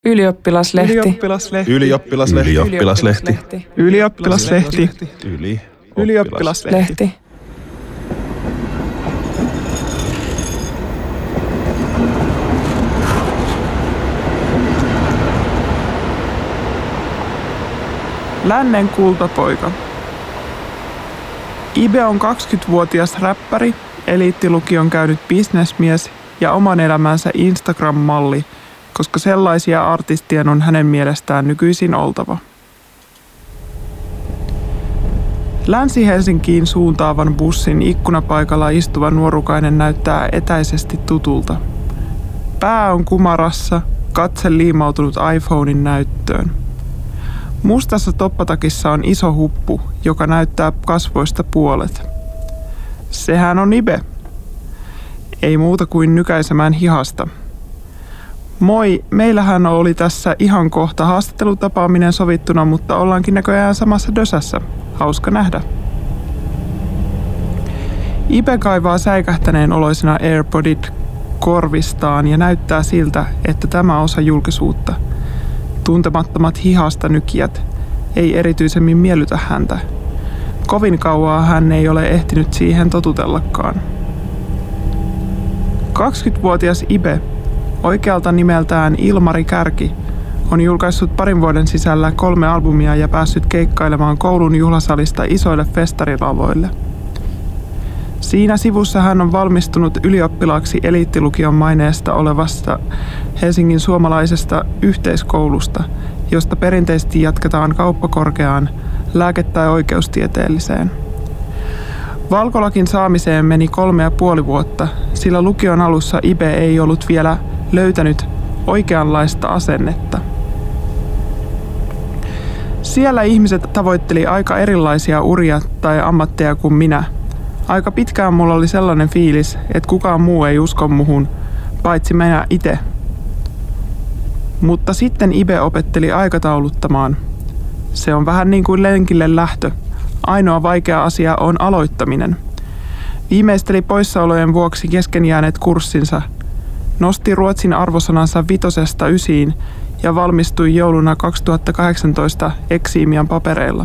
Ylioppilaslehti. Ylioppilaslehti. Ylioppilaslehti. Ylioppilaslehti. Lehti. Lännen kultapoika. Ibe on 20-vuotias räppäri, eliittilukion käynyt bisnesmies ja oman elämänsä Instagram-malli, koska sellaisia artistien on hänen mielestään nykyisin oltava. Länsi-Helsinkiin suuntaavan bussin ikkunapaikalla istuva nuorukainen näyttää etäisesti tutulta. Pää on kumarassa, katse liimautunut iPhonein näyttöön. Mustassa toppatakissa on iso huppu, joka näyttää kasvoista puolet. Sehän on Ibe. Ei muuta kuin nykäisemään hihasta. Moi, meillähän oli tässä ihan kohta haastattelutapaaminen sovittuna, mutta ollaankin näköjään samassa dösässä. Hauska nähdä. Ibe kaivaa säikähtäneen oloisena AirPodit korvistaan ja näyttää siltä, että tämä osa julkisuutta. Tuntemattomat hihasta nykijät ei erityisemmin miellytä häntä. Kovin kauaa hän ei ole ehtinyt siihen totutellakaan. 20-vuotias Ibe, oikealta nimeltään Ilmari Kärki, on julkaissut parin vuoden sisällä 3 albumia ja päässyt keikkailemaan koulun juhlasalista isoille festarilavoille. Siinä sivussa hän on valmistunut ylioppilaaksi eliittilukion maineesta olevasta Helsingin suomalaisesta yhteiskoulusta, josta perinteisesti jatketaan kauppakorkeaan, lääke- tai oikeustieteelliseen. Valkolakin saamiseen meni 3,5 vuotta, sillä lukion alussa Ibe ei ollut vielä löytänyt oikeanlaista asennetta. Siellä ihmiset tavoitteli aika erilaisia uria tai ammatteja kuin minä. Aika pitkään mulla oli sellainen fiilis, että kukaan muu ei usko muhun, paitsi minä itse. Mutta sitten Ibe opetteli aikatauluttamaan. Se on vähän niin kuin lenkille lähtö. Ainoa vaikea asia on aloittaminen. Viimeisteli poissaolojen vuoksi kesken jääneet kurssinsa. Nosti ruotsin arvosanansa 5-9 ja valmistui jouluna 2018 eksiimian papereilla.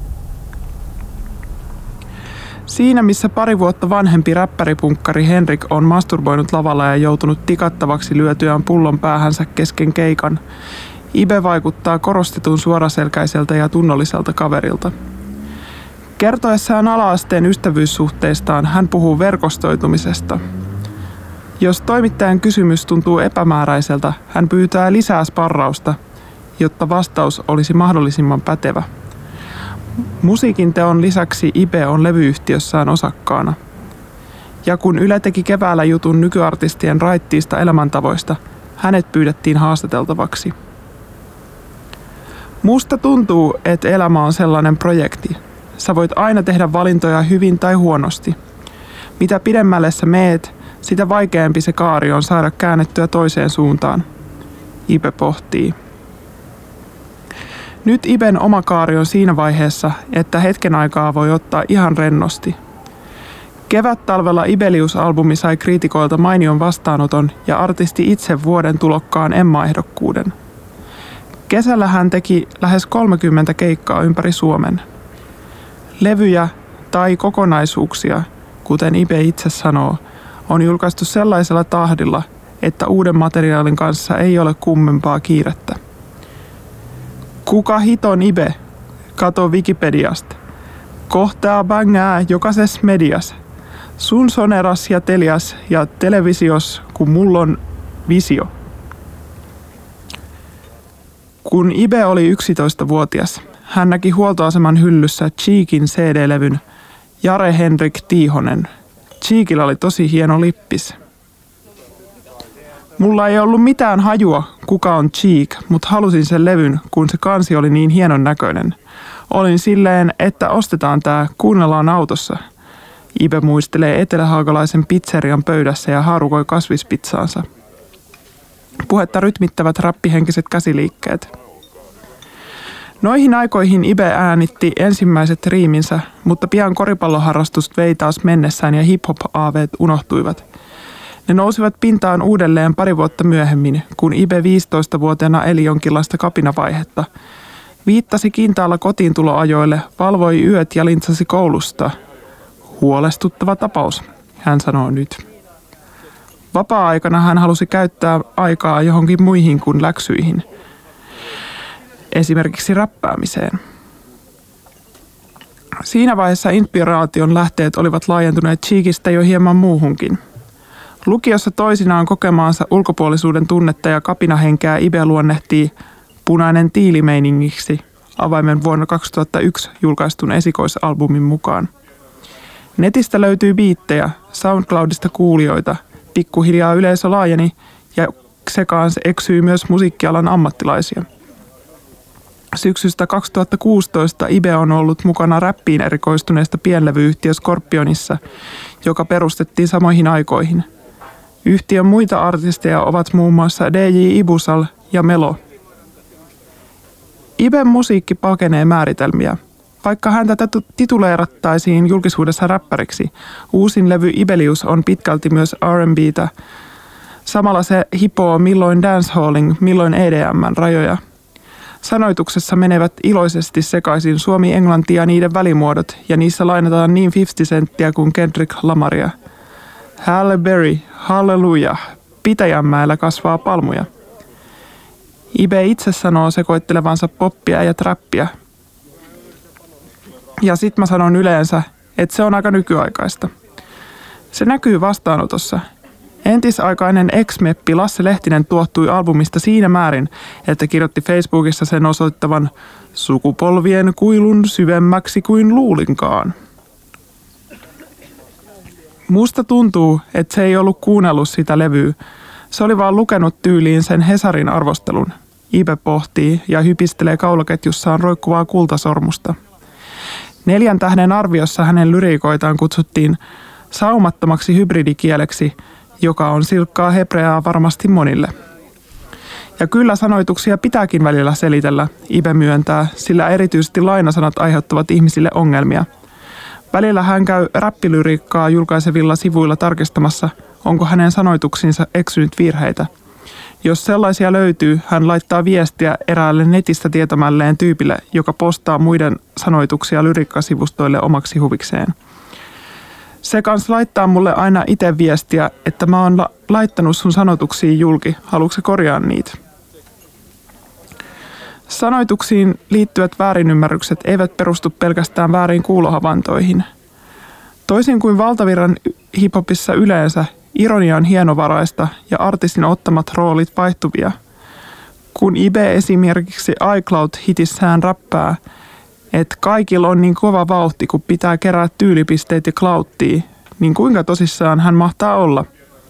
Siinä missä pari vuotta vanhempi räppäripunkkari Henrik on masturboinut lavalla ja joutunut tikattavaksi lyötyään pullon päähänsä kesken keikan, Ibe vaikuttaa korostetun suoraselkäiseltä ja tunnolliselta kaverilta. Kertoessaan ala-asteen ystävyyssuhteistaan hän puhuu verkostoitumisesta. Jos toimittajan kysymys tuntuu epämääräiseltä, hän pyytää lisää sparrausta, jotta vastaus olisi mahdollisimman pätevä. Musiikin teon lisäksi Ibe on levyyhtiössään osakkaana. Ja kun Yle teki keväällä jutun nykyartistien raittiista elämäntavoista, hänet pyydettiin haastateltavaksi. Musta tuntuu, että elämä on sellainen projekti. Sä voit aina tehdä valintoja hyvin tai huonosti. Mitä pidemmälle sä meet, sitä vaikeampi se kaari on saada käännettyä toiseen suuntaan. Ibe pohtii. Nyt Iben oma kaari on siinä vaiheessa, että hetken aikaa voi ottaa ihan rennosti. Kevät-talvella Ibelius-albumi sai kriitikoilta mainion vastaanoton ja artisti itse vuoden tulokkaan Emma-ehdokkuuden. Kesällä hän teki lähes 30 keikkaa ympäri Suomen. Levyjä tai kokonaisuuksia, kuten Ibe itse sanoo, on julkaistu sellaisella tahdilla, että uuden materiaalin kanssa ei ole kummempaa kiirettä. Kuka hiton Ibe? Kato Wikipediasta. Kohtaa bängää jokaisessa medias. Sun soneras ja telias ja televisios, kun mulla on visio. Kun Ibe oli 11-vuotias, hän näki huoltoaseman hyllyssä Cheekin CD-levyn Jare Henrik Tiihonen. Cheekillä oli tosi hieno lippis. Mulla ei ollut mitään hajua, kuka on Cheek, mutta halusin sen levyn, kun se kansi oli niin hienon näköinen. Olin silleen, että ostetaan tää, kuunnellaan autossa. Ibe muistelee etelähaagalaisen pizzerian pöydässä ja haarukoi kasvispitsaansa. Puhetta rytmittävät rappihenkiset käsiliikkeet. Noihin aikoihin Ibe äänitti ensimmäiset riiminsä, mutta pian koripalloharrastus vei taas mennessään ja hip-hop-aaveet unohtuivat. Ne nousivat pintaan uudelleen pari vuotta myöhemmin, kun Ibe 15-vuotiaana eli jonkinlaista kapinavaihetta. Viittasi kintaalla kotiintuloajoille, valvoi yöt ja lintsasi koulusta. Huolestuttava tapaus, hän sanoo nyt. Vapaa-aikana hän halusi käyttää aikaa johonkin muihin kuin läksyihin. Esimerkiksi räppäämiseen. Siinä vaiheessa inspiraation lähteet olivat laajentuneet Cheekistä jo hieman muuhunkin. Lukiossa toisinaan kokemaansa ulkopuolisuuden tunnetta ja kapinahenkeä Ibe luonnehtii Punainen tiilimeiningiksi avaimen vuonna 2001 julkaistun esikoisalbumin mukaan. Netistä löytyy biittejä, SoundCloudista kuulijoita, pikkuhiljaa yleisö laajeni ja sekaan se eksyi myös musiikkialan ammattilaisia. Syksystä 2016 Ibe on ollut mukana räppiin erikoistuneesta pienlevyyhtiö Scorpionissa, joka perustettiin samoihin aikoihin. Yhtiön muita artisteja ovat muun muassa DJ Ibusal ja Melo. Iben musiikki pakenee määritelmiä. Vaikka häntä tituleerattaisiin julkisuudessa räppäriksi, uusin levy Ibelius on pitkälti myös R&B:tä. Samalla se hipoo milloin dancehallin, milloin EDM:n rajoja. Sanoituksessa menevät iloisesti sekaisin suomi-englanti ja niiden välimuodot, ja niissä lainataan niin 50 Centtiä kuin Kendrick Lamaria. Halle Berry, halleluja, Pitäjänmäellä kasvaa palmuja. Ibe itse sanoo sekoittelevansa poppia ja trappia. Ja sit mä sanon yleensä, että se on aika nykyaikaista. Se näkyy vastaanotossa. Entisaikainen ex-meppi Lasse Lehtinen tuohtui albumista siinä määrin, että kirjoitti Facebookissa sen osoittavan sukupolvien kuilun syvemmäksi kuin luulinkaan. Musta tuntuu, että se ei ollut kuunnellut sitä levyä. Se oli vaan lukenut tyyliin sen Hesarin arvostelun. Ibe pohtii ja hypistelee kaulaketjussaan roikkuvaa kultasormusta. 4 tähden arviossa hänen lyriikoitaan kutsuttiin saumattomaksi hybridikieleksi, joka on silkkaa hebreaa varmasti monille. Ja kyllä sanoituksia pitääkin välillä selitellä, Ibe myöntää, sillä erityisesti lainasanat aiheuttavat ihmisille ongelmia. Välillä hän käy räppilyriikkaa julkaisevilla sivuilla tarkistamassa, onko hänen sanoituksinsa eksynyt virheitä. Jos sellaisia löytyy, hän laittaa viestiä eräälle netistä tietämälleen tyypille, joka postaa muiden sanoituksia lyriikkasivustoille omaksi huvikseen. Se kans laittaa mulle aina itse viestiä, että mä oon laittanut sun sanoituksiin julki, haluatko korjaa niitä? Sanoituksiin liittyvät väärinymmärrykset eivät perustu pelkästään väärin kuulohavaintoihin. Toisin kuin valtavirran hiphopissa yleensä, ironia on hienovaraista ja artistin ottamat roolit vaihtuvia. Kun Ibe esimerkiksi iCloud-hitissään räppää, että kaikilla on niin kova vauhti, kun pitää kerää tyylipisteet ja clouttia, niin kuinka tosissaan hän mahtaa olla?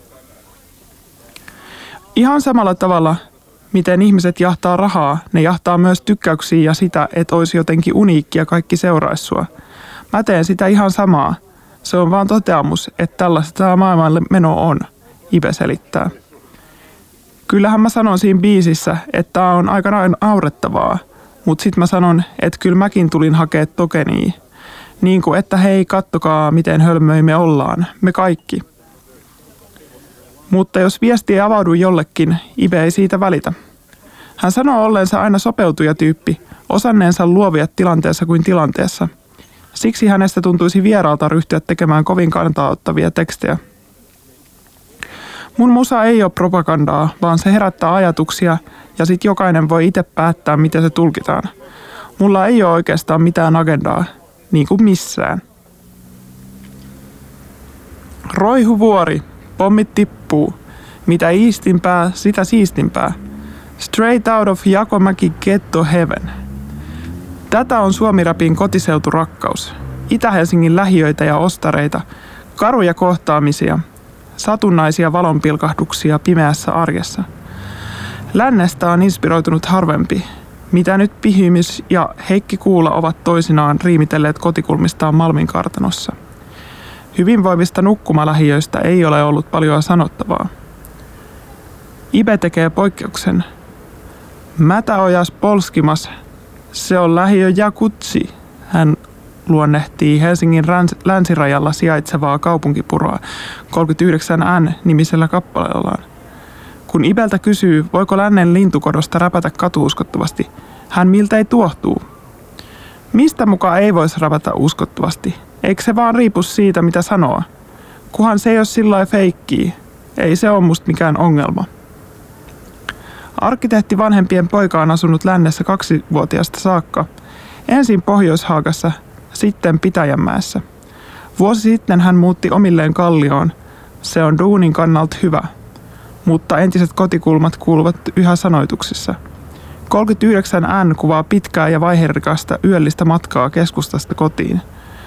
Ihan samalla tavalla, miten ihmiset jahtaa rahaa, ne jahtaa myös tykkäyksiä ja sitä, että olisi jotenkin uniikkia kaikki seuraisi sua. Mä teen sitä ihan samaa. Se on vaan toteamus, että tällaista tämä maailmalle meno on, Ibe selittää. Kyllähän mä sanon siinä biisissä, että tää on aika naurettavaa, mutta sit mä sanon, että kyllä mäkin tulin hakea tokenia. Niin kuin, että hei, kattokaa miten hölmöi me ollaan, me kaikki. Mutta jos viesti ei avaudu jollekin, Ibe ei siitä välitä. Hän sanoo olleensa aina sopeutuja tyyppi, osanneensa luovia tilanteessa kuin tilanteessa. Siksi hänestä tuntuisi vieraalta ryhtyä tekemään kovin kantaa-ottavia tekstejä. Mun musa ei ole propagandaa, vaan se herättää ajatuksia ja sit jokainen voi itse päättää, miten se tulkitaan. Mulla ei ole oikeastaan mitään agendaa, niin kuin missään. Roihuvuori, pommit tippuu. Mitä iistimpää, sitä siistimpää. Straight out of Jakomäki Ghetto Heaven. Tätä on suomirapin kotiseuturakkaus. Itä-Helsingin lähiöitä ja ostareita, karuja kohtaamisia, satunnaisia valonpilkahduksia pimeässä arjessa. Lännestä on inspiroitunut harvempi, mitä nyt Pihymys ja Heikki Kuula ovat toisinaan riimitelleet kotikulmistaan Malmin kartanossa. Hyvinvoivista nukkumalähiöistä ei ole ollut paljon sanottavaa. Ibe tekee poikkeuksen. Mätäojas polskimas, se on lähiö Jakutsi, hän luonnehtii Helsingin länsirajalla sijaitsevaa kaupunkipuroa 39N-nimisellä kappaleellaan. Kun Ibeltä kysyy, voiko lännen lintukodosta räpätä katuuskottavasti, hän miltei tuohtuu. Mistä mukaan ei voisi räpätä uskottavasti? Eikö se vaan riipu siitä, mitä sanoo? Kuhan se ei ole sillai feikkii. Ei se ole musta mikään ongelma. Arkkitehti vanhempien poika on asunut lännessä 2-vuotiaasta saakka. Ensin Pohjois-Haagassa, sitten Pitäjänmäessä. Vuosi sitten hän muutti omilleen Kallioon. Se on duunin kannalta hyvä. Mutta entiset kotikulmat kuuluvat yhä sanoituksissa. 39N kuvaa pitkää ja vaiherikasta yöllistä matkaa keskustasta kotiin.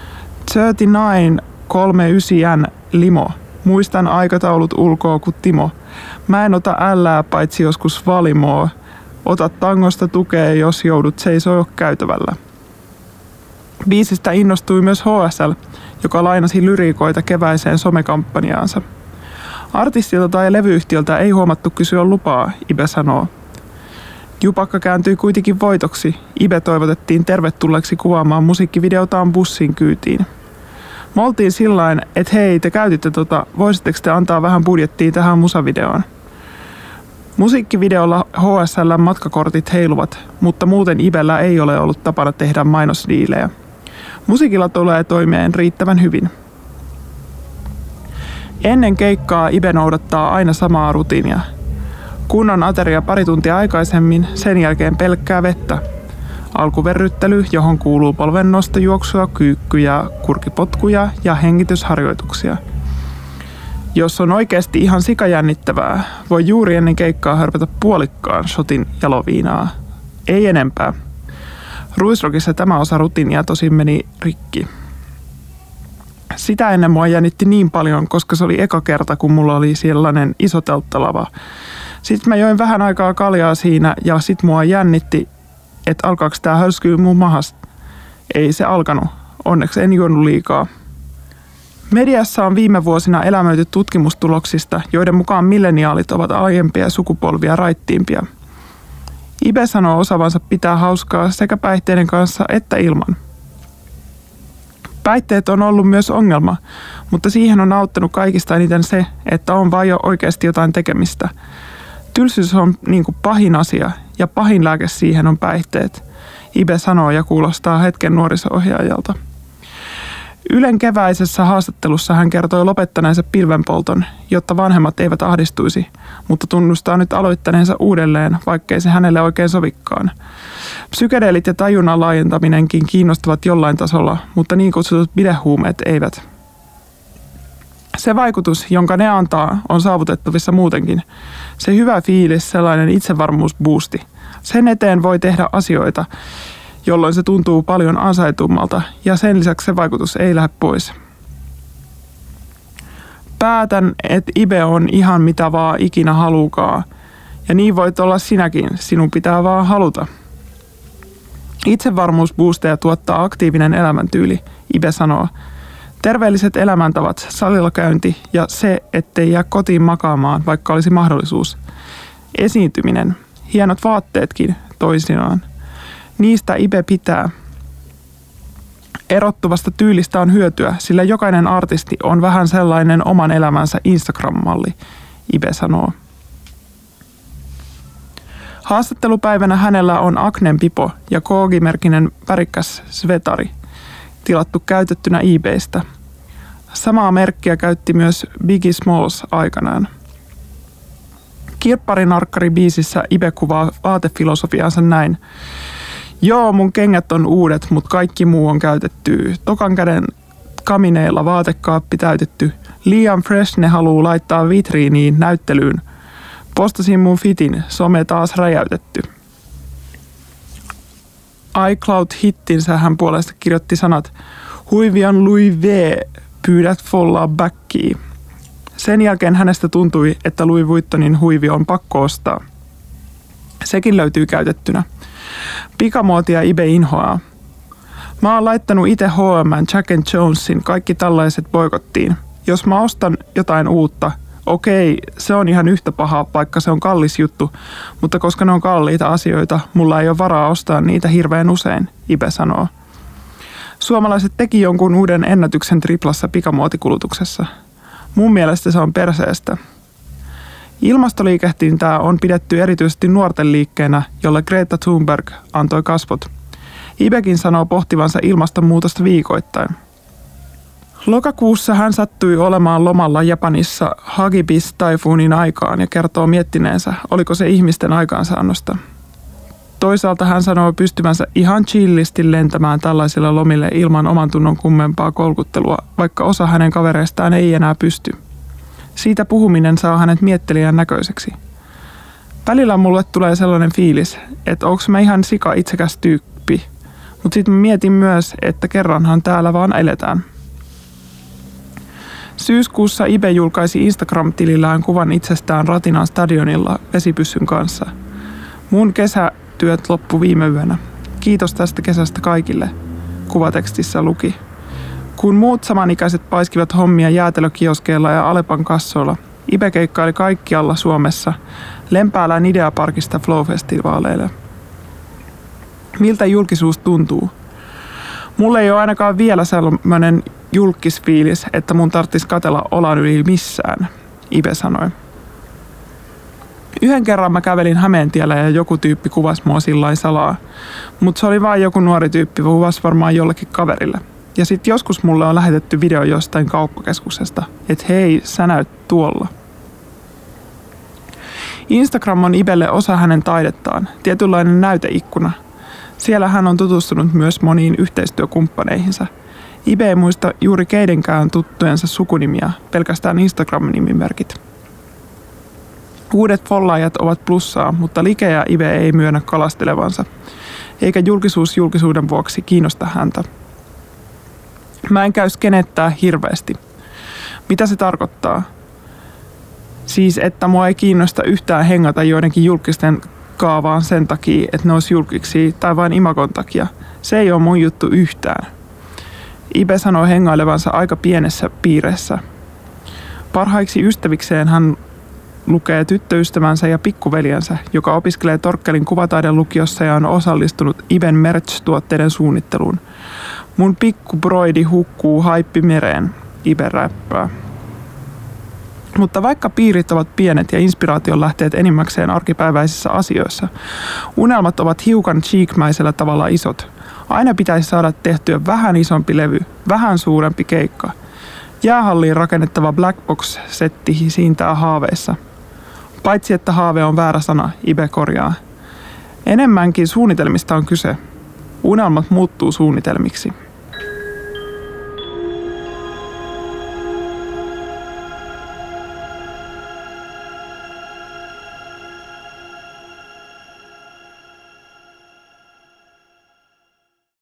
3939N limo. Muistan aikataulut ulkoa kuin Timo. Mä en ota ällää paitsi joskus valimoa. Ota tangosta tukea, jos joudut seisoo käytävällä. Biisistä innostui myös HSL, joka lainasi lyriikoita keväiseen somekampanjaansa. Artistilta tai levyyhtiöltä ei huomattu kysyä lupaa, Ibe sanoo. Jupakka kääntyi kuitenkin voitoksi. Ibe toivotettiin tervetulleeksi kuvaamaan musiikkivideotaan bussin kyytiin. Me oltiin sillain, että hei, te käytitte voisitteko te antaa vähän budjettia tähän musavideoon? Musiikkivideolla HSL:n matkakortit heiluvat, mutta muuten Ibellä ei ole ollut tapana tehdä mainosdiilejä. Musiikilla tulee toimeen riittävän hyvin. Ennen keikkaa Ibe noudattaa aina samaa rutiinia. Kunnon ateria pari tuntia aikaisemmin, sen jälkeen pelkkää vettä. Alkuverryttely, johon kuuluu polvennostojuoksua, kyykkyjä, kurkipotkuja ja hengitysharjoituksia. Jos on oikeasti ihan sikajännittävää, voi juuri ennen keikkaa hörpätä puolikkaan shotin jaloviinaa. Ei enempää. Ruisrockissa tämä osa rutiinia tosin meni rikki. Sitä ennen mua jännitti niin paljon, koska se oli eka kerta, kun mulla oli sellainen iso telttalava. Sitten mä join vähän aikaa kaljaa siinä ja sit mua jännitti, että alkaako tää hörskyy mun mahasta. Ei se alkanut. Onneksi en juonut liikaa. Mediassa on viime vuosina elämöity tutkimustuloksista, joiden mukaan milleniaalit ovat aiempia sukupolvia raittiimpia. Ibe sanoo osaavansa pitää hauskaa sekä päihteiden kanssa että ilman. Päihteet on ollut myös ongelma, mutta siihen on auttanut kaikista eniten se, että on vain jo oikeasti jotain tekemistä. Tylsyys on niin kuin pahin asia ja pahin lääke siihen on päihteet, Ibe sanoo ja kuulostaa hetken nuoriso-ohjaajalta. Ylen keväisessä haastattelussa hän kertoi lopettaneensa pilvenpolton, jotta vanhemmat eivät ahdistuisi, mutta tunnustaa nyt aloittaneensa uudelleen, vaikkei se hänelle oikein sovikkaan. Psykedeelit ja tajunnan laajentaminenkin kiinnostavat jollain tasolla, mutta niin kutsutut bidehuumeet eivät. Se vaikutus, jonka ne antaa, on saavutettavissa muutenkin. Se hyvä fiilis, sellainen itsevarmuusboosti. Sen eteen voi tehdä asioita, jolloin se tuntuu paljon ansaitummalta ja sen lisäksi se vaikutus ei lähde pois. Päätän, että Ibe on ihan mitä vaan ikinä haluukaa. Ja niin voit olla sinäkin, sinun pitää vaan haluta. Itsevarmuusboosteja tuottaa aktiivinen elämäntyyli, Ibe sanoo. Terveelliset elämäntavat, salilla käynti ja se, ettei jää kotiin makaamaan, vaikka olisi mahdollisuus. Esiintyminen, hienot vaatteetkin toisinaan. Niistä Ibe pitää. Erottuvasta tyylistä on hyötyä, sillä jokainen artisti on vähän sellainen oman elämänsä Instagram-malli, Ibe sanoo. Haastattelupäivänä hänellä on Acnen pipo ja Koogi-merkinen värikäs svetari, tilattu käytettynä eBaystä. Samaa merkkiä käytti myös Biggie Smalls aikanaan. Kirpparinarkkari-biisissä Ibe kuvaa vaatefilosofiansa näin. Joo, mun kengät on uudet, mut kaikki muu on käytetty. Tokan käden kamineilla vaatekaappi täytetty. Liian fresh ne haluu laittaa vitriiniin näyttelyyn. Postasin mun fitin, some taas räjäytetty. iCloud-hittinsä hän puolesta kirjoitti sanat Huivian Louis V, pyydät follaa backiin. Sen jälkeen hänestä tuntui, että Louis Vuittonin huivi on pakko ostaa. Sekin löytyy käytettynä. Pikamuotia Ibe inhoaa. Mä oon laittanut itse H&M, Jack & Jonesin, kaikki tällaiset boikottiin. Jos mä ostan jotain uutta, okei, se on ihan yhtä paha, vaikka se on kallis juttu, mutta koska ne on kalliita asioita, mulla ei ole varaa ostaa niitä hirveän usein, Ibe sanoo. Suomalaiset teki jonkun uuden ennätyksen triplassa pikamuotikulutuksessa. Mun mielestä se on perseestä. Ilmastoliikehdintää on pidetty erityisesti nuorten liikkeenä, jolle Greta Thunberg antoi kasvot. Ibekin sanoo pohtivansa ilmastonmuutosta viikoittain. Lokakuussa hän sattui olemaan lomalla Japanissa Hagibis-taifuunin aikaan ja kertoo miettineensä, oliko se ihmisten aikaansaannosta. Toisaalta hän sanoo pystyvänsä ihan chillisti lentämään tällaisilla lomille ilman oman tunnon kummempaa kolkuttelua, vaikka osa hänen kavereistaan ei enää pysty. Siitä puhuminen saa hänet miettelijän näköiseksi. Välillä mulle tulee sellainen fiilis, että onko mä ihan sika itsekäs tyyppi, mutta sitten mietin myös, että kerranhan täällä vaan eletään. Syyskuussa Ibe julkaisi Instagram-tilillään kuvan itsestään Ratinan stadionilla vesipyssyn kanssa. Mun kesätyöt loppu viime yönä. Kiitos tästä kesästä kaikille, kuvatekstissä luki. Kun muut samanikäiset paiskivat hommia jäätelökioskeilla ja Alepan kassoilla, Ibe keikkaili kaikkialla Suomessa, Lempäälän Ideaparkista Flow-festivaaleille. Miltä julkisuus tuntuu? Mulle ei ole ainakaan vielä sellainen julkisfiilis, että mun tarvitsisi katsella olan yli missään, Ibe sanoi. Yhden kerran mä kävelin Hämeentiellä ja joku tyyppi kuvasi mua sillain salaa, mutta se oli vain joku nuori tyyppi, kuvasi varmaan jollekin kaverille. Ja sit joskus mulle on lähetetty video jostain kauppakeskuksesta, että hei, sä näyt tuolla. Instagram on Ibelle osa hänen taidettaan, tietynlainen näyteikkuna. Siellä hän on tutustunut myös moniin yhteistyökumppaneihinsa. Ibe ei muista juuri keidenkään tuttujensa sukunimiä, pelkästään Instagram-nimimerkit. Uudet follaajat ovat plussaa, mutta Like ja Ibe ei myönnä kalastelevansa, eikä julkisuus julkisuuden vuoksi kiinnosta häntä. Mä en käy skenettää hirveästi. Mitä se tarkoittaa? Siis, että mua ei kiinnosta yhtään hengata joidenkin julkisten kaavaan sen takia, että ne olisi julkiksi tai vain imagon takia. Se ei ole mun juttu yhtään. Ibe sanoi hengailevansa aika pienessä piirissä. Parhaiksi ystävikseen hän lukee tyttöystävänsä ja pikkuveljensä, joka opiskelee Torkkelin kuvataidelukiossa ja on osallistunut Iben merch-tuotteiden suunnitteluun. Mun pikkubroidi hukkuu haippimereen, Ibe räppää. Mutta vaikka piirit ovat pienet ja inspiraation lähteet enimmäkseen arkipäiväisissä asioissa, unelmat ovat hiukan cheekmäisellä tavalla isot. Aina pitäisi saada tehtyä vähän isompi levy, vähän suurempi keikka. Jäähalliin rakennettava Blackbox-setti siintää haaveissa. Paitsi että haave on väärä sana, Ibe korjaa. Enemmänkin suunnitelmista on kyse. Unelmat muuttuu suunnitelmiksi.